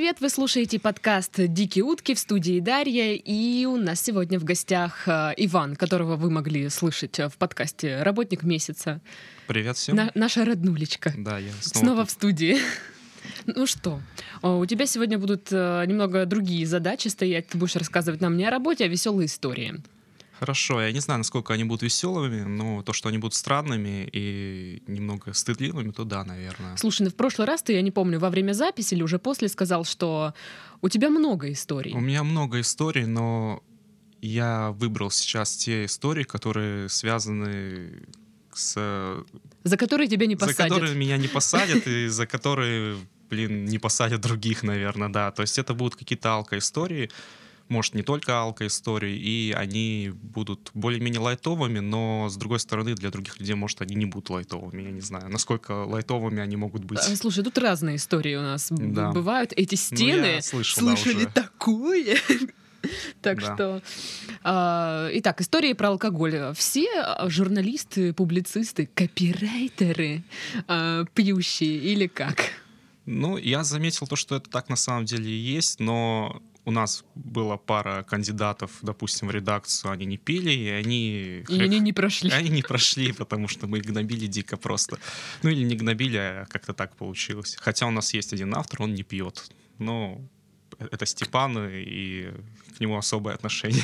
привет! Вы слушаете подкаст «Дикие утки», в студии Дарья, и у нас сегодня в гостях Иван, которого вы могли слышать в подкасте «Работник месяца». Привет всем. Наша роднулечка. Да, я снова в студии. Ну что, у тебя сегодня будут немного другие задачи стоять. Ты будешь рассказывать нам не о работе, а веселые истории. Хорошо, я не знаю, насколько они будут веселыми, но то, что они будут странными и немного стыдливыми, то да, наверное. Слушай, ну в прошлый раз ты, я не помню, во время записи или уже после сказал, что у тебя много историй. У меня много историй, но я выбрал сейчас те истории, которые связаны с... За которые тебя не посадят. За которые меня не посадят и за которые, не посадят других, наверное, да. То есть это будут какие-то алко-истории, может, не только алко-истории, и они будут более-менее лайтовыми, но, с другой стороны, для других людей, может, они не будут лайтовыми. Я не знаю, насколько лайтовыми они могут быть. Слушай, тут разные истории у нас бывают. Эти стены я слышал, слышали такое. Так Да. что... Итак, истории про алкоголь. Все журналисты, публицисты, копирайтеры пьющие или как? Ну, я заметил то, что это так на самом деле и есть, но у нас была пара кандидатов, допустим, в редакцию, они не пили, и они... И они не прошли. Они не прошли, потому что мы их гнобили дико просто. Ну, или не гнобили, а как-то так получилось. Хотя у нас есть один автор, он не пьет. Но это Степан, и к нему особое отношение.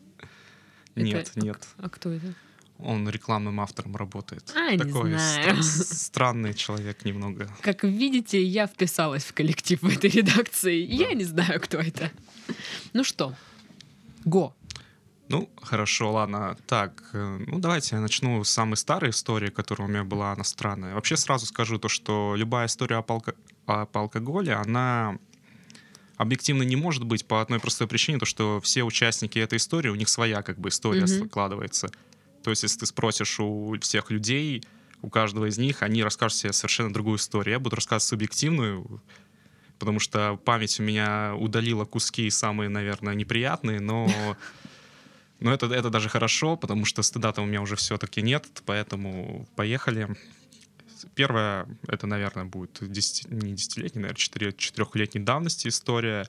Нет. А кто это? Он рекламным автором работает. Такой не знаю. Странный человек немного. Как видите, я вписалась в коллектив в этой редакции. Да. Я не знаю, кто это. Ну что, го. Ну, хорошо, ладно. Так, давайте я начну с самой старой истории, которая у меня была, она странная. Вообще сразу скажу то, что любая история об алкоголе, она объективно не может быть по одной простой причине, то что все участники этой истории, у них своя история складывается. То есть, если ты спросишь у всех людей, у каждого из них, они расскажут себе совершенно другую историю. Я буду рассказывать субъективную, потому что память у меня удалила куски самые, наверное, неприятные, но это даже хорошо, потому что стыда-то у меня уже все-таки нет, поэтому поехали. Первая, это, наверное, будет не десятилетней, наверное, 4-летней давности история.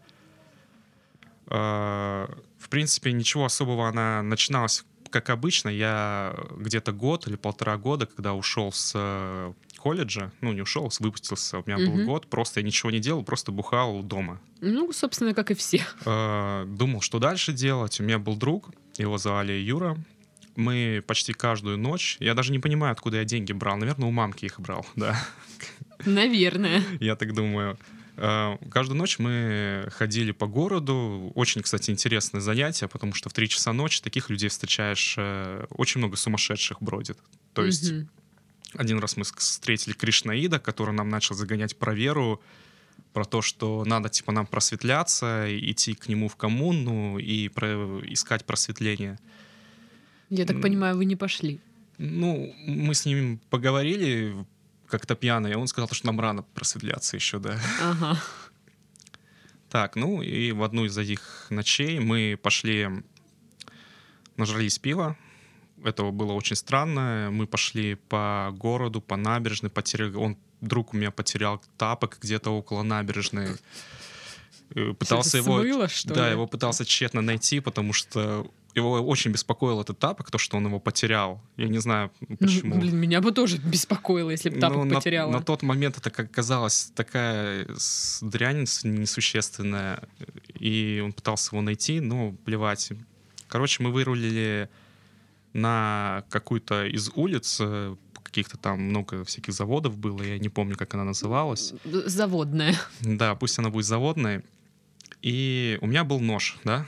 В принципе, ничего особого, она начиналась как обычно. Я где-то год или 1,5 года, когда ушел с колледжа, не ушел, выпустился, у меня был год, просто я ничего не делал, просто бухал дома. Ну, собственно, как и все. Думал, что дальше делать. У меня был друг, его звали Юра. Мы почти каждую ночь, я даже не понимаю, откуда я деньги брал, наверное, у мамки их брал, да. Наверное. Я так думаю. Каждую ночь мы ходили по городу. Очень, кстати, интересное занятие, потому что в 3 часа ночи таких людей встречаешь. Очень много сумасшедших бродит. То есть один раз мы встретили Кришнаида, который нам начал загонять про веру, про то, что надо нам просветляться, идти к нему в коммуну и искать просветление. Я так понимаю, вы не пошли? Ну, мы с ним поговорили как-то пьяный, он сказал, что нам рано просветляться еще, да. Ага. Так, и в одну из этих ночей мы пошли, нажрались пива. Это было очень странно. Мы пошли по городу, по набережной, друг у меня потерял тапок где-то около набережной. Пытался его пытался тщетно найти, потому что его очень беспокоил этот тапок, то, что он его потерял. Я не знаю, почему. Меня бы тоже беспокоило, если бы тапок потеряла. На тот момент это казалось такая дрянь несущественная, и он пытался его найти, но плевать. Короче, мы вырулили на какую-то из улиц, каких-то там много всяких заводов было, я не помню, как она называлась. Заводная. Да, пусть она будет заводной. И у меня был нож, да?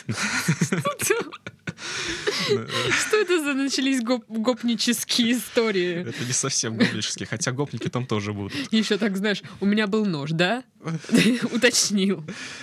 Что это за начались гопнические истории? Это не совсем гопнические, хотя гопники там тоже будут. Еще так, знаешь, у меня был нож, да? Уточнил.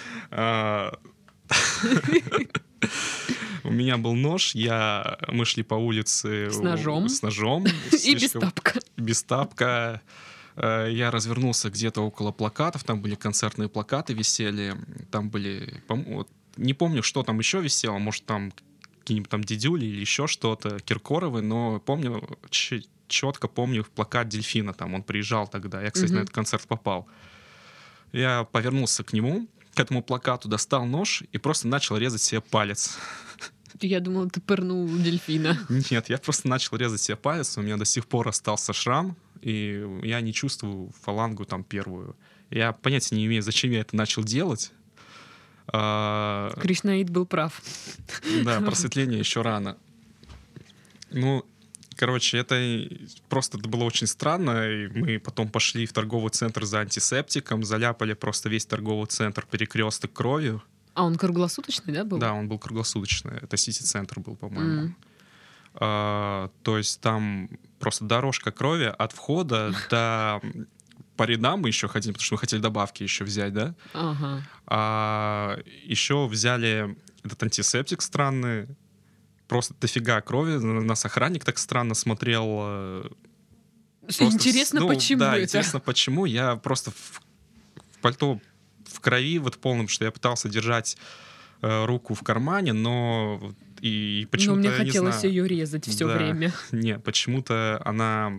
У меня был нож, мы шли по улице с ножом. И без тапка. Без тапка. Я развернулся где-то около плакатов, там были концертные плакаты висели, там были, не помню, что там еще висело, может там какие-нибудь там Дидюли или еще что-то, Киркоровы, но помню, четко помню плакат Дельфина, там он приезжал тогда, я, кстати, на этот концерт попал. Я повернулся к нему, к этому плакату, достал нож и просто начал резать себе палец. Я думала, ты пырнул дельфина. Нет, я просто начал резать себе палец, у меня до сих пор остался шрам, и я не чувствую фалангу там первую. Я понятия не имею, зачем я это начал делать. Кришнаид был прав. Да, просветление еще рано. Ну, короче, это было очень странно, и мы потом пошли в торговый центр за антисептиком, заляпали просто весь торговый центр, перекресток кровью. А он круглосуточный, да, был? Да, он был круглосуточный. Это Сити-центр был, по-моему. То есть там просто дорожка крови от входа до... По рядам мы еще ходили, потому что мы хотели добавки еще взять, да? Ага. Еще взяли этот антисептик странный. Просто дофига крови. На нас охранник так странно смотрел. Интересно, почему да, это? интересно, почему. Я просто в пальто в крови вот полном, что я пытался держать руку в кармане, но и почему-то, мне я не хотелось знаю, ее резать все время. Нет, почему-то она...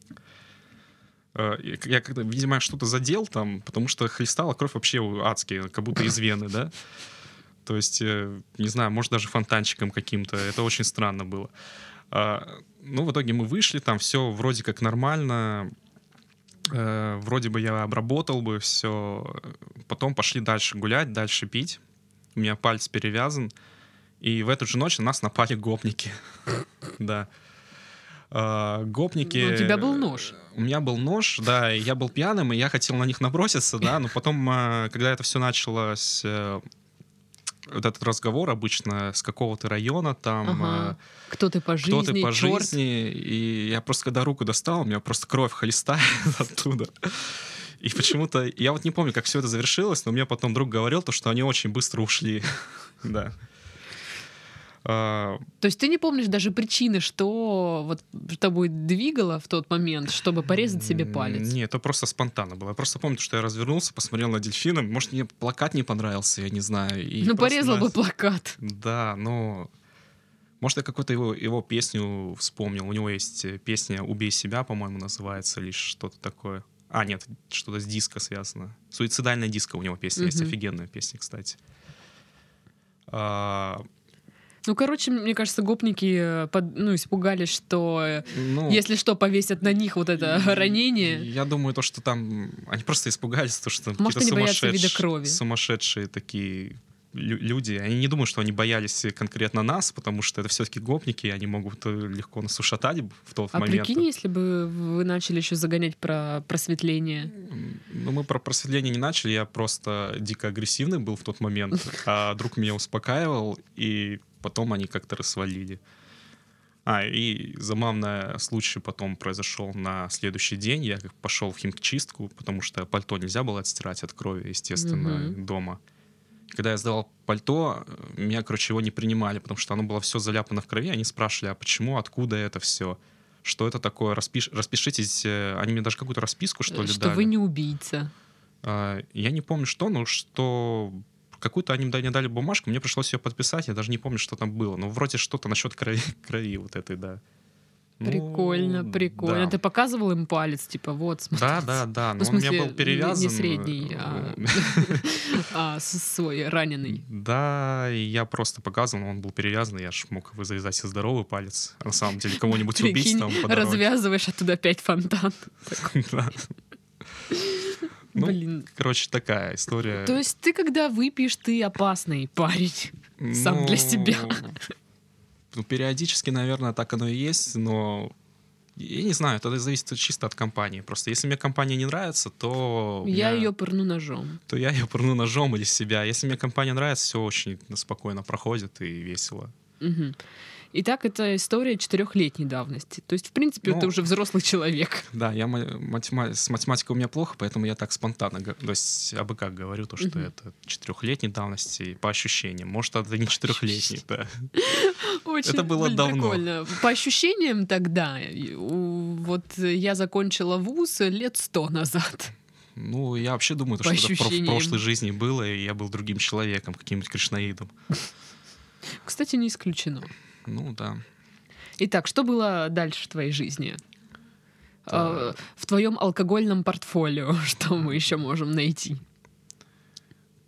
Я когда, видимо, что-то задел там, потому что хлестала кровь вообще адски, как будто из вены, да? То есть, не знаю, может, даже фонтанчиком каким-то. Это очень странно было. Ну, в итоге мы вышли, там все вроде как нормально. Вроде бы я обработал бы все. Потом пошли дальше гулять, дальше пить. У меня палец перевязан. И в эту же ночь на нас напали гопники. Да. Гопники... У тебя был нож. У меня был нож, да, и я был пьяным, и я хотел на них наброситься, да, но потом, когда это все началось... Вот этот разговор обычно с какого-то района, там... Кто ты по жизни, Кто ты по черт. жизни. И я просто, когда руку достал, у меня просто кровь хлестает оттуда. И почему-то... Я вот не помню, как все это завершилось, но мне потом друг говорил, что они очень быстро ушли. Да. То есть ты не помнишь даже причины, что вот тобой двигало в тот момент, чтобы порезать себе палец? Нет, это просто спонтанно было. Я просто помню, что я развернулся, посмотрел на дельфина. Может, мне плакат не понравился, я не знаю. Ну, порезал бы плакат. Да, но... Может, я какую-то его песню вспомнил. У него есть песня «Убей себя», по-моему, называется, или что-то такое. А, нет, что-то с диско связано. «Суицидальная диско» у него песня есть. Офигенная песня, кстати. Ну, короче, мне кажется, гопники испугались, что если что, повесят на них вот это ранение. Я думаю, то, что там... Они просто испугались, то, что может, они боятся вида крови. Сумасшедшие такие люди. Они не думают, что они боялись конкретно нас, потому что это все-таки гопники, и они могут легко нас ушатать в тот момент. А прикинь, если бы вы начали еще загонять про просветление? Ну, мы про просветление не начали, я просто дико агрессивный был в тот момент, а друг меня успокаивал, и потом они как-то рассвалили. И забавный случай потом произошел на следующий день. Я пошел в химчистку, потому что пальто нельзя было отстирать от крови, естественно, дома. И когда я сдавал пальто, меня, короче, его не принимали, потому что оно было все заляпано в крови. Они спрашивали, а почему, откуда это все? Что это такое? Распишитесь. Они мне даже какую-то расписку, что ли, дали. Что вы не убийца. Я не помню, что, но что... Какую-то они мне дали бумажку, мне пришлось ее подписать, я даже не помню, что там было. Но вроде что-то насчет крови вот этой, да. Прикольно, прикольно. Да. Ты показывал им палец, типа, вот, смотрите. Да. Ну, но он у меня был перевязан. Не средний, а свой раненый. Да, и я просто показывал, но он был перевязан, я ж мог его завязать и здоровый палец. А на самом деле кого-нибудь убить там по дороге. Развязываешь, оттуда опять фонтан. Ну, блин. Короче, такая история. То есть ты, когда выпьешь, ты опасный парень сам для себя? Ну, периодически, наверное, так оно и есть, но я не знаю, это зависит чисто от компании. Просто если мне компания не нравится, то... Я ее пырну ножом. То я ее пырну ножом или себя. Если мне компания нравится, все очень спокойно проходит и весело. Угу. Итак, это история 4-летней давности. То есть, в принципе, ты уже взрослый человек. Да, с математикой у меня плохо, поэтому я так спонтанно, то есть абы как говорю, то, что это 4-летней давности по ощущениям. Может, это не 4-летний, да. Очень, это было давно. Прикольно. По ощущениям тогда, вот я закончила вуз лет 100 назад. Ну, я вообще думаю, что это в прошлой жизни было, и я был другим человеком, каким-нибудь кришнаидом. Кстати, не исключено. Ну, да. Итак, что было дальше в твоей жизни? В твоем алкогольном портфолио, что мы еще можем найти?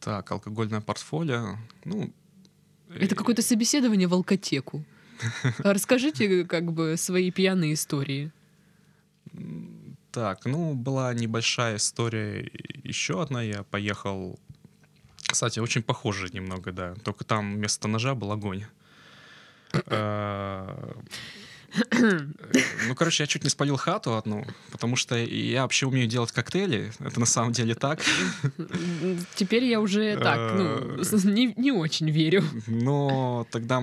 Так, алкогольное портфолио. Ну, Это какое-то собеседование в алкотеку. Расскажите как бы свои пьяные истории. так, ну, была небольшая история еще одна. Я поехал... Кстати, очень похоже немного, да. Только там вместо ножа был огонь. Ну, короче, я чуть не спалил хату одну, потому что я вообще умею делать коктейли. Это на самом деле так. Теперь я уже так, не очень верю. Но тогда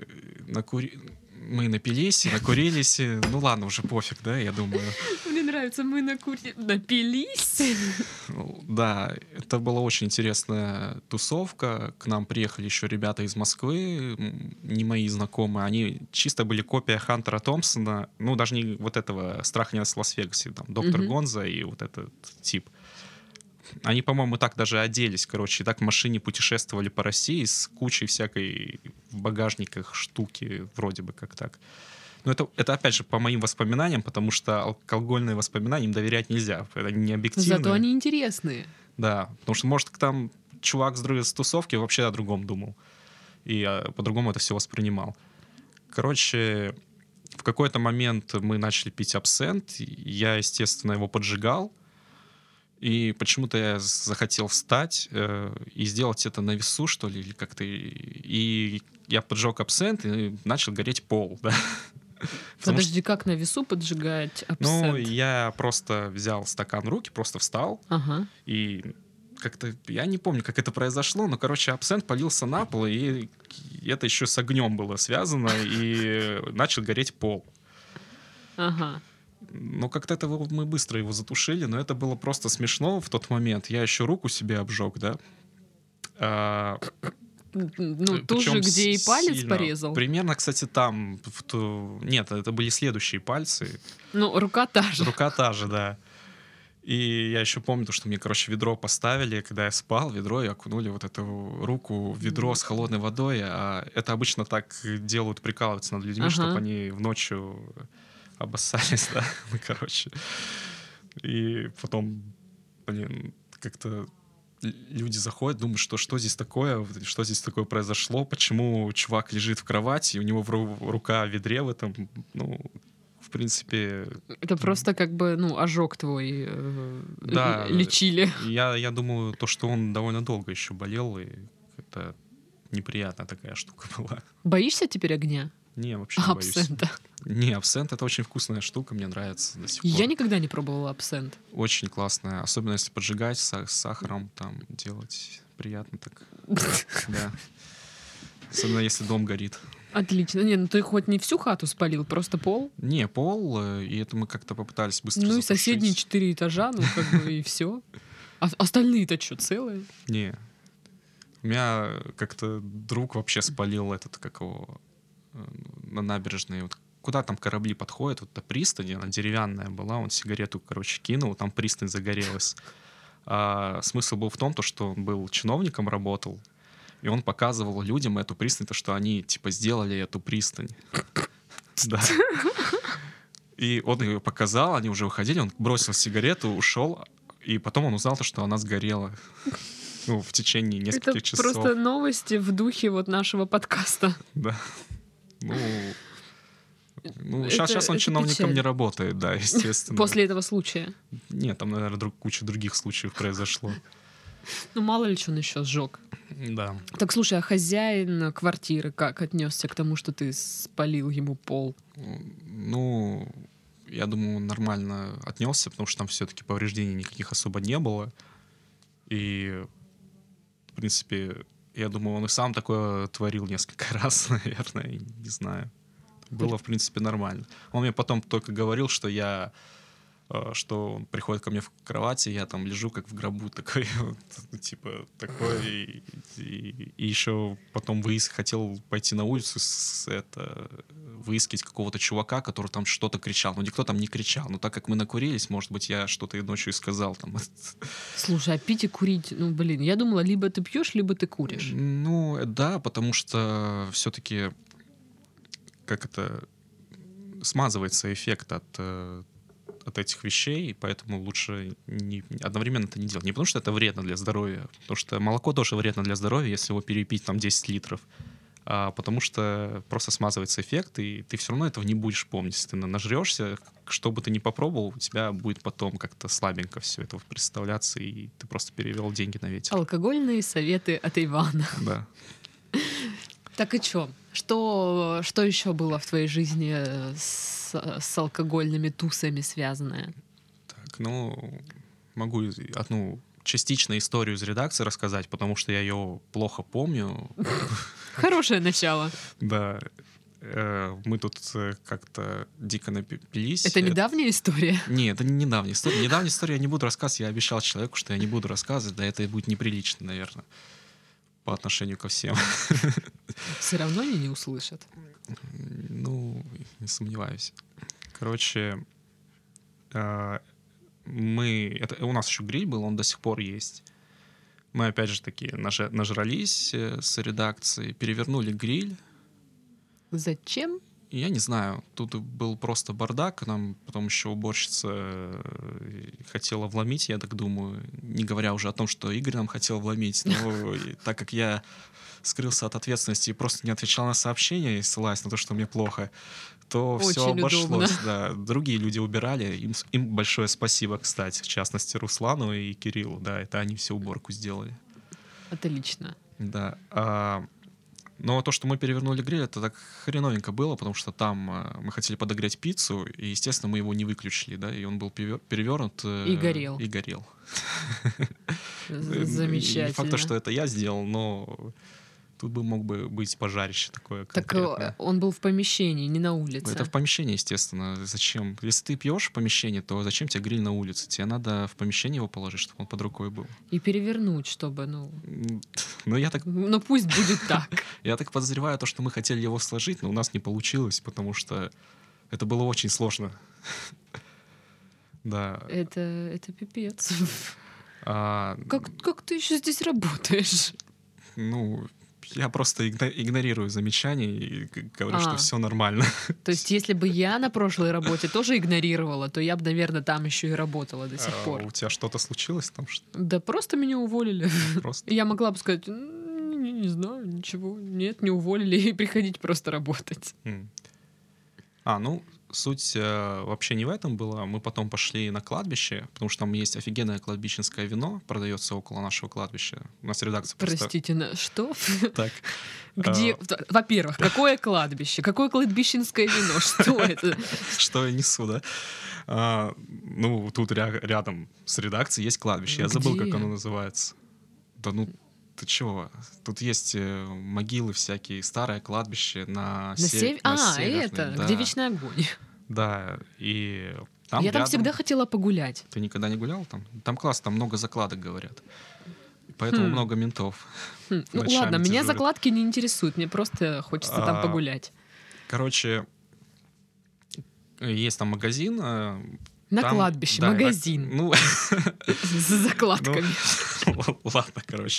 мы напились, накурились. Ну ладно, уже пофиг, да, я думаю. Мне нравится, мы напились. Да, это была очень интересная тусовка. К нам приехали еще ребята из Москвы, не мои знакомые. Они чисто были копия Хантера Томпсона. Ну, даже не вот этого «Страха нет в Лас-Вегасе», там, доктор Гонза и вот этот тип. Они, по-моему, так даже оделись, короче, и так в машине путешествовали по России с кучей всякой в багажниках штуки, вроде бы как так. Но это опять же, по моим воспоминаниям, потому что алкогольные воспоминания им доверять нельзя. Это не объективные. Зато они интересные. Да, потому что, может, там чувак с тусовки вообще о другом думал. И по-другому это все воспринимал. Короче, в какой-то момент мы начали пить абсент. Я, естественно, его поджигал. И почему-то я захотел встать и сделать это на весу, что ли, или как-то. И я поджег абсент, и начал гореть пол, да. Подожди, как на весу поджигать абсент? Ну, я просто взял стакан в руки, просто встал, и как-то, я не помню, как это произошло, но, короче, абсент полился на пол, и это еще с огнем было связано, и начал гореть пол. Ага. Ну, как-то это мы быстро его затушили, но это было просто смешно в тот момент. Я еще руку себе обжег, да. Ну, ту же, где и палец сильно. порезал. Примерно, кстати, там. Нет, это были следующие пальцы. Ну, рука та же. Рука та же, да. И я еще помню, что мне, короче, ведро поставили, когда я спал, ведро, и окунули вот эту руку в ведро с холодной водой. А это обычно так делают, прикалываются над людьми, чтобы они в ночью обоссались, да, ну, короче. И потом, блин, как-то люди заходят, думают, что здесь такое произошло, почему чувак лежит в кровати, и у него рука в ведре в этом, ну, в принципе... Это просто как бы, ну, ожог твой да, лечили. Я думаю, то, что он довольно долго еще болел, и это неприятная такая штука была. Боишься теперь огня? Не, вообще не боюсь. Абсента? Не, абсент — это очень вкусная штука, мне нравится до сих пор. Я никогда не пробовала абсент. Очень классная, особенно если поджигать с сахаром, там, делать приятно так. Да. Особенно если дом горит. Отлично. Не, ну ты хоть не всю хату спалил, просто пол? Не, пол, и это мы как-то попытались быстро Ну и затушить. соседние 4 этажа, ну как бы и все. А остальные-то что, целые? Не. У меня как-то друг вообще спалил как его, на набережной. Вот куда там корабли подходят, вот эта пристань, она деревянная была, он сигарету, короче, кинул, там пристань загорелась. А смысл был в том, что он был чиновником, работал, и он показывал людям эту пристань, то, что они, типа, сделали эту пристань. Да. И он ее показал, они уже уходили, он бросил сигарету, ушел, и потом он узнал, что она сгорела. Ну, в течение нескольких часов. Это просто новости в духе вот нашего подкаста. Да. Ну, сейчас он чиновником не работает, да, естественно. После этого случая? Нет, там, наверное, куча других случаев произошло. Ну, мало ли что он еще сжег. Да. Так, слушай, а хозяин квартиры как отнесся к тому, что ты спалил ему пол? Ну, я думаю, он нормально отнесся, потому что там все-таки повреждений никаких особо не было. И, в принципе, я думаю, он и сам такое творил несколько раз, наверное, не знаю. Было, в принципе, нормально. Он мне потом только говорил, что он приходит ко мне в кровати, я там лежу как в гробу такой, вот, типа, такой, и еще потом хотел пойти на улицу, выискать какого-то чувака, который там что-то кричал. Но никто там не кричал. Но так как мы накурились, может быть, я что-то и ночью и сказал там. Слушай, а пить и курить, ну, блин, я думала, либо ты пьешь, либо ты куришь. Ну, да, потому что все-таки как это смазывается эффект от этих вещей, поэтому лучше одновременно это не делать. Не потому что это вредно для здоровья, потому что молоко тоже вредно для здоровья, если его перепить там 10 литров, а потому что просто смазывается эффект, и ты все равно этого не будешь помнить. Если ты нажрешься, что бы ты ни попробовал, у тебя будет потом как-то слабенько все это представляться, и ты просто перевел деньги на ветер. Алкогольные советы от Ивана. Да. Так и чё? Что еще было в твоей жизни с алкогольными тусами связанное? Так, могу одну частично историю из редакции рассказать, потому что я ее плохо помню. Хорошее начало. Да. Мы тут как-то дико напились. Это недавняя история? Нет, это не недавняя история. Недавняя история я не буду рассказывать. Я обещал человеку, что я не буду рассказывать. Да, это будет неприлично, наверное, по отношению ко всем. Все равно они не услышат. Не сомневаюсь. Короче, у нас еще гриль был, он до сих пор есть. Мы опять же таки нажрались с редакцией, перевернули гриль. Зачем? Я не знаю, тут был просто бардак, нам потом еще уборщица хотела вломить, я так думаю, не говоря уже о том, что Игорь нам хотел вломить, но так как я скрылся от ответственности и просто не отвечал на сообщения и ссылаясь на то, что мне плохо, то очень все обошлось. удобно. Да. Другие люди убирали, им большое спасибо, кстати, в частности Руслану и Кириллу, да, это они всю уборку сделали. Отлично. Да. Но то, что мы перевернули гриль, это так хреновенько было, потому что там мы хотели подогреть пиццу, и, естественно, мы его не выключили, да, и он был перевернут. И горел. И горел. Замечательно. Не факт, что это я сделал, но тут мог бы быть пожарище такое конкретное. Так он был в помещении, не на улице. Это в помещении, естественно. Зачем? Если ты пьешь в помещении, то зачем тебе гриль на улице? Тебе надо в помещение его положить, чтобы он под рукой был. И перевернуть, чтобы, я так... пусть будет так. Я так подозреваю, то, что мы хотели его сложить, но у нас не получилось, потому что это было очень сложно. Да. Это пипец. Как ты еще здесь работаешь? Я просто игнорирую замечания и говорю, что все нормально. То есть, если бы я на прошлой работе тоже игнорировала, то я бы, наверное, там еще и работала до сих пор. У тебя что-то случилось там? Да просто меня уволили. Просто? Я могла бы сказать, не знаю, ничего, нет, не уволили, и приходить просто работать. Суть вообще не в этом была. Мы потом пошли на кладбище, потому что там есть офигенное кладбищенское вино, продается около нашего кладбища. У нас редакция просто... Простите, что? Так. Где? Во-первых, какое кладбище? Какое кладбищенское вино? Что это? Что я несу, да? Тут рядом с редакцией есть кладбище. Я забыл, как оно называется. Да ты чего? Тут есть могилы всякие, старое кладбище на севере. Это, где вечный огонь. Да, и там я там всегда хотела погулять. Ты никогда не гулял там? Там классно, там много закладок, говорят. Поэтому много ментов. Ладно, меня закладки не интересуют, мне просто хочется там погулять. Короче, есть там магазин. На кладбище, магазин. С закладками. Ладно, короче.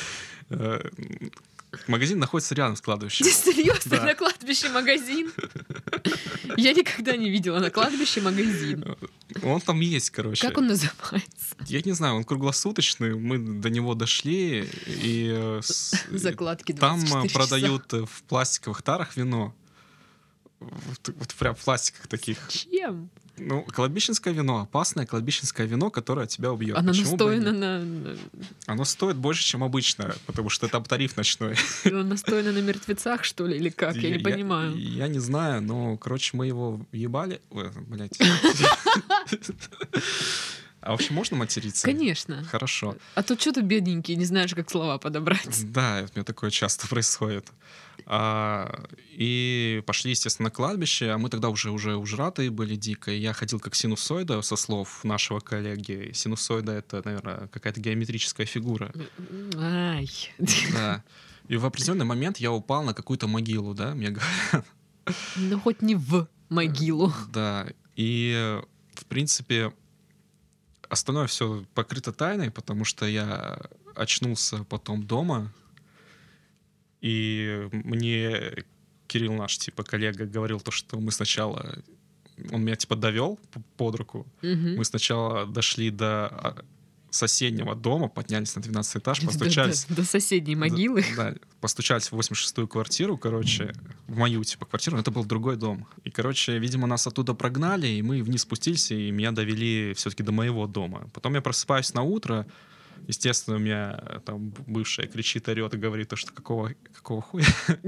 Магазин находится рядом с кладбищем. Ты серьезно? Да. На кладбище магазин? Я никогда не видела на кладбище магазин. Он там есть, короче. Как он называется? Я не знаю, он круглосуточный. Мы до него дошли, и закладки 24 там часа. продают в пластиковых тарах вино. Вот прям в пластиках таких. Чем? Кладбищенское вино, опасное кладбищенское вино, которое тебя убьет. Оно настояно на... Оно стоит больше, чем обычно, потому что там тариф ночной. Оно настояно на мертвецах, что ли, или как? Я не понимаю. Я не знаю, но, короче, мы его ебали. Блять. А вообще можно материться? Конечно. Хорошо. А тут что ты бедненький, не знаешь, как слова подобрать. Да, у меня такое часто происходит. И пошли, естественно, на кладбище, а мы тогда уже ужратые были дико. Я ходил как синусоида, со слов нашего коллеги. Синусоида — это, наверное, какая-то геометрическая фигура. Ай. Да. И в определенный момент я упал на какую-то могилу, да, мне говорят. Хоть не в могилу. Да. И, в принципе, остальное все покрыто тайной, потому что я очнулся потом дома, и мне Кирилл, наш коллега, говорил то, что мы сначала он меня типа довел под руку. Мы сначала дошли до соседнего дома, поднялись на 12 этаж, постучались... До соседней могилы. Да, постучались в 86-ю квартиру, короче, в мою, типа, квартиру, это был другой дом. И, короче, видимо, нас оттуда прогнали, и мы вниз спустились, и меня довели все-таки до моего дома. Потом я просыпаюсь на утро, естественно, у меня там бывшая кричит, орет и говорит, то, что какого хуя?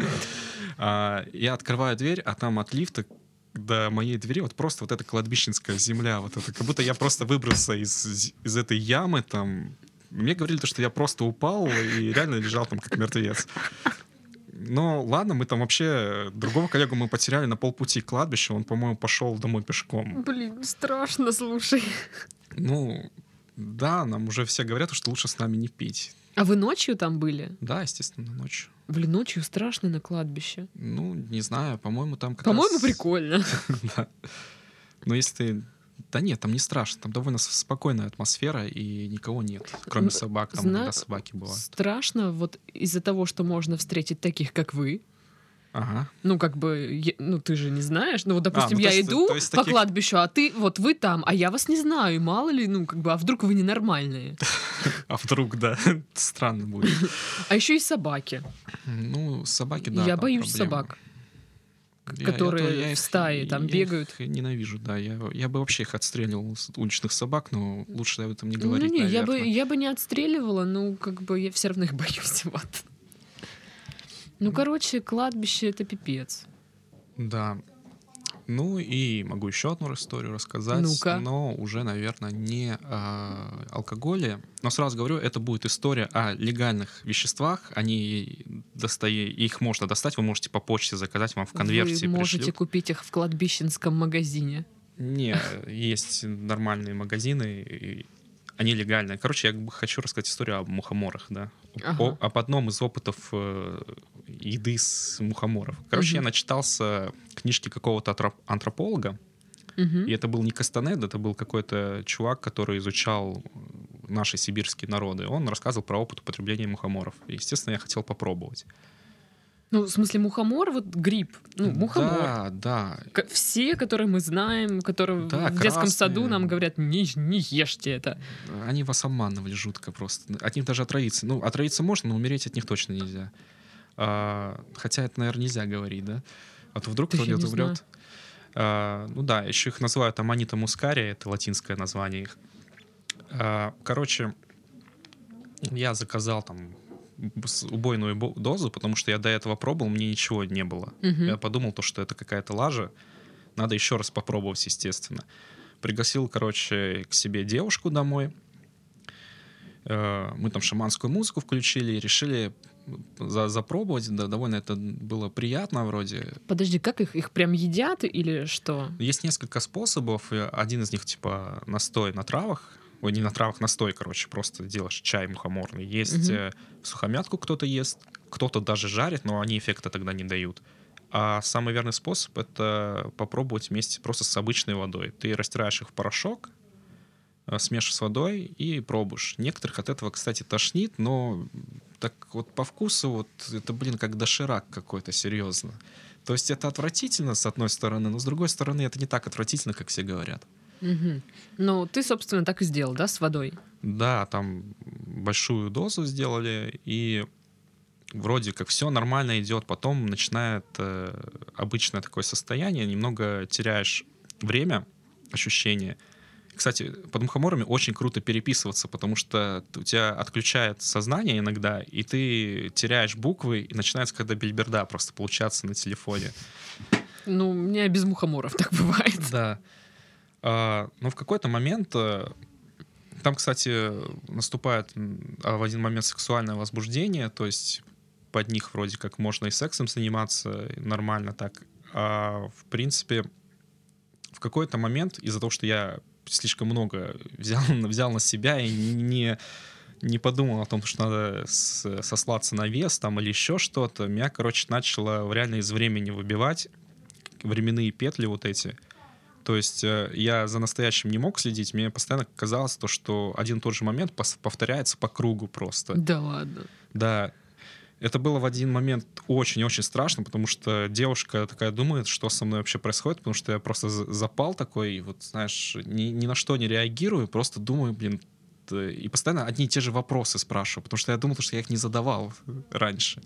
Я открываю дверь, а там от лифта до моей двери вот просто вот эта кладбищенская земля, вот это, как будто я просто выбрался из этой ямы там. Мне говорили, что я просто упал и реально лежал там как мертвец. Но ладно, мы там вообще... Другого коллегу мы потеряли на полпути к кладбищу, он, по-моему, пошел домой пешком. Блин, страшно, слушай. Ну, да, нам уже все говорят, что лучше с нами не пить. А вы ночью там были? Да, естественно, ночью. Блин, ночью страшно на кладбище. Ну, не знаю, по-моему, там как По-моему, раз... прикольно. Да. Но если ты... Да нет, там не страшно. Там довольно спокойная атмосфера, и никого нет, кроме собак. Там иногда собаки бывают. Страшно вот из-за того, что можно встретить таких, как вы. Ага. Ну, как бы, ну, ты же не знаешь. Ну, вот, допустим, я есть, иду есть по таких... кладбищу, а вы там, а я вас не знаю, и мало ли, ну, как бы, а вдруг вы ненормальные? А вдруг, да, странно будет. А еще и собаки. Ну, собаки, да. Я боюсь собак, которые в стае там бегают. Я их ненавижу, да. Я бы вообще их отстреливал, уличных собак, но лучше об этом не говорить, Ну, не, наверное. я бы не отстреливала, ну, как бы, я все равно их боюсь, вот. Ну, короче, кладбище — это пипец. Да. Ну и могу еще одну историю рассказать. Ну-ка. Но уже, наверное, не о алкоголе. Но сразу говорю, это будет история о легальных веществах. Их можно достать, вы можете по почте заказать, вам в конверте Вы можете пришлют. купить их в кладбищенском магазине. Не, есть нормальные магазины, и они легальные. Короче, я хочу рассказать историю о мухоморах, да. Ага. Об одном из опытов еды с мухоморов. Короче, я начитался книжки какого-то антрополога, и это был не Кастанед, это был какой-то чувак, который изучал наши сибирские народы. Он рассказывал про опыт употребления мухоморов. И, естественно, я хотел попробовать. Ну, в смысле, мухомор, вот гриб. Ну, мухомор. Да, да. Все, которые мы знаем, которые Да, в детском красные. саду нам говорят, не ешьте это. Они вас обманывали жутко просто. От них даже отравиться. Ну, отравиться можно, но умереть от них точно нельзя. Хотя это, наверное, нельзя говорить, да? А то вдруг кто-то умрет. Ну да, еще их называют аммонита мускария, это латинское название их. Короче, я заказал там убойную дозу, потому что я до этого пробовал, мне ничего не было. Я подумал, что это какая-то лажа. Надо еще раз попробовать, естественно. Пригласил, короче, к себе девушку домой. Мы там шаманскую музыку включили и решили запробовать. Да, довольно это было приятно вроде. Подожди, как их прям едят или что? Есть несколько способов. Один из них типа настой на травах. Ой, не на травах, настой, короче. Просто делаешь чай мухоморный. Есть сухомятку кто-то ест, кто-то даже жарит, но они эффекта тогда не дают. А самый верный способ — это попробовать вместе просто с обычной водой. Ты растираешь их в порошок, смешиваешь с водой и пробуешь. Некоторых от этого, кстати, тошнит, но так вот по вкусу вот это, как доширак какой-то, серьезно. То есть это отвратительно, с одной стороны, но с другой стороны это не так отвратительно, как все говорят. Ну, ты, собственно, так и сделал, да, с водой? Да, там большую дозу сделали, и вроде как все нормально идет. Потом начинает обычное такое состояние, немного теряешь время, ощущение. Кстати, под мухоморами очень круто переписываться, потому что у тебя отключает сознание иногда, и ты теряешь буквы, и начинается когда бельберда просто получаться на телефоне. Ну, у меня без мухоморов так бывает. Да. Но в какой-то момент... Там, кстати, наступает в один момент сексуальное возбуждение, то есть под них вроде как можно и сексом заниматься нормально так. А в принципе, в какой-то момент из-за того, что я слишком много взял на себя и не подумал о том, что надо сослаться на вес там или еще что-то, меня, короче, начало реально из времени выбивать временные петли вот эти. То есть я за настоящим не мог следить, мне постоянно казалось то, что один и тот же момент повторяется по кругу просто. Да ладно. Да. это было в один момент очень-очень страшно, потому что девушка такая думает, что со мной вообще происходит, потому что я просто запал такой, вот, знаешь, ни на что не реагирую, просто думаю, блин, и постоянно одни и те же вопросы спрашиваю, потому что я думал, что я их не задавал раньше.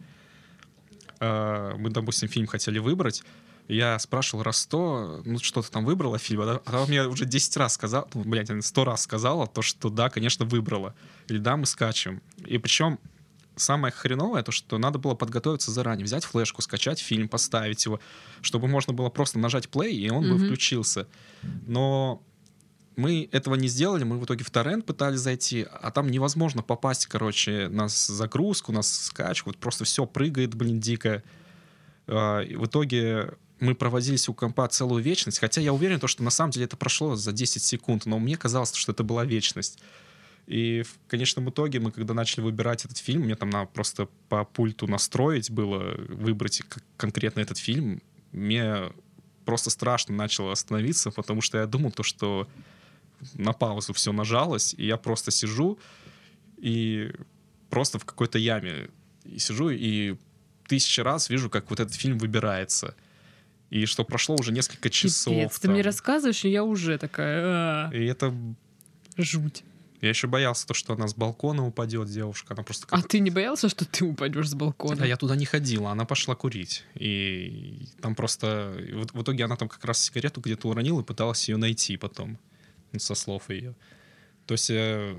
Мы, допустим, фильм хотели выбрать, я спрашивал раз 100, ну что ты там выбрала фильм, а она мне уже 10 раз сказала, 100 раз сказала, то, что да, конечно, выбрала. Или да, мы скачем. И причем самое хреновое, то, что надо было подготовиться заранее, взять флешку, скачать фильм, поставить его, чтобы можно было просто нажать play, и он бы включился. Но мы этого не сделали, мы в итоге в торрент пытались зайти, а там невозможно попасть, короче, на загрузку, на скачку, вот просто все прыгает, блин, дико. И в итоге мы провозились у компа целую вечность, хотя я уверен, что на самом деле это прошло за 10 секунд, но мне казалось, что это была вечность. И в конечном итоге мы, когда начали выбирать этот фильм, мне там надо просто по пульту настроить было, выбрать конкретно этот фильм, мне просто страшно начало становиться, потому что я думал, что на паузу все нажалось, и я просто сижу и просто в какой-то яме и сижу, и 1000 раз вижу, как вот этот фильм выбирается. И что прошло уже несколько часов. Пипец, ты мне рассказываешь, и я уже такая... И это... Жуть. Я еще боялся, что она с балкона упадет, девушка. Она просто А ты не боялся, что ты упадешь с балкона? А я туда не ходила, она пошла курить. И там просто... В итоге она там как раз сигарету где-то уронила и пыталась ее найти потом. Со слов ее. То есть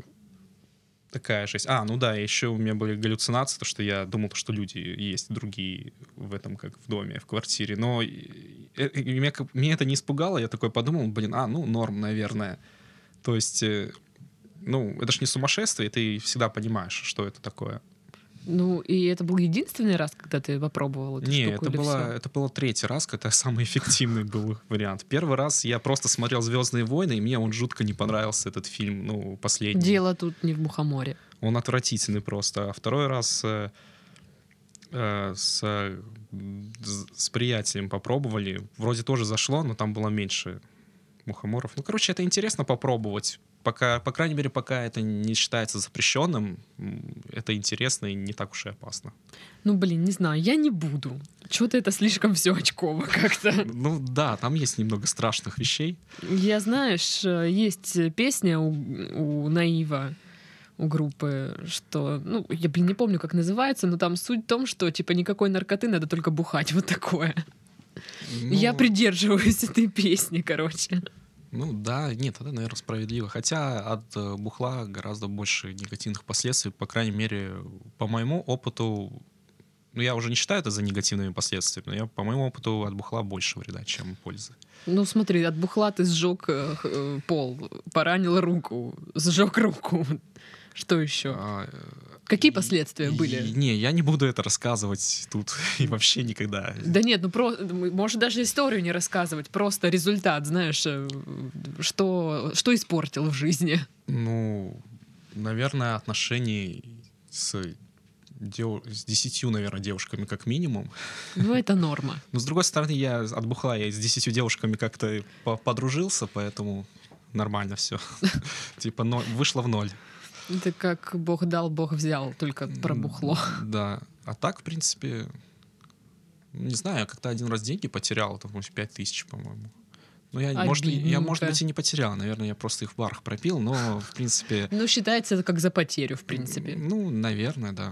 такая жесть. Ну да, еще у меня были галлюцинации, то что я думал, что люди есть другие в этом, как в доме, в квартире. Но меня это не испугало. Я такой подумал, блин, ну норм, наверное. То есть, это ж не сумасшествие, ты всегда понимаешь, что это такое. Ну, и это был единственный раз, когда ты попробовал эту штуку? Это было 3-й раз, когда самый эффективный был вариант. Первый раз я просто смотрел «Звездные войны», и мне он жутко не понравился, этот фильм, последний. Дело тут не в Мухоморе. Он отвратительный просто. А второй раз с приятелем попробовали. Вроде тоже зашло, но там было меньше мухоморов. Это интересно попробовать. По крайней мере, пока это не считается запрещенным, это интересно и не так уж и опасно. Не знаю, я не буду. Чего-то это слишком все очково как-то. Да, там есть немного страшных вещей. Я, знаешь, есть песня у Наива, у группы, что, я, не помню, как называется, но там суть в том, что, никакой наркоты, надо только бухать, вот такое. Я придерживаюсь этой песни, короче. Да, нет, это, наверное, справедливо. Хотя от бухла гораздо больше негативных последствий, по крайней мере, по моему опыту, я уже не считаю это за негативными последствиями, но по моему опыту от бухла больше вреда, чем пользы. Смотри, от бухла ты сжег пол, поранил руку, сжег руку. Что еще? Какие последствия были? Не, я не буду это рассказывать тут и вообще никогда. Да нет, может даже историю не рассказывать, просто результат, знаешь, что испортил в жизни. Наверное, отношений с 10, наверное, девушками как минимум. Это норма. Но с другой стороны, я от бухла, я с 10 девушками как-то подружился, поэтому нормально все. Вышло в 0. Это как Бог дал, Бог взял, только про бухло. Да. А так, в принципе, не знаю, я как-то один раз деньги потерял, 5000, по-моему. Я, может быть, и не потерял. Наверное, я просто их в барах пропил, но, в принципе... Считается это как за потерю, в принципе. Наверное, да.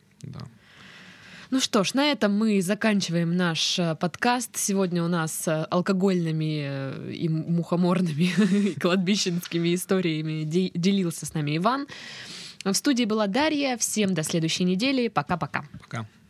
Что ж, на этом мы заканчиваем наш подкаст. Сегодня у нас алкогольными и мухоморными и кладбищенскими историями делился с нами Иван. В студии была Дарья. Всем до следующей недели. Пока-пока. Пока.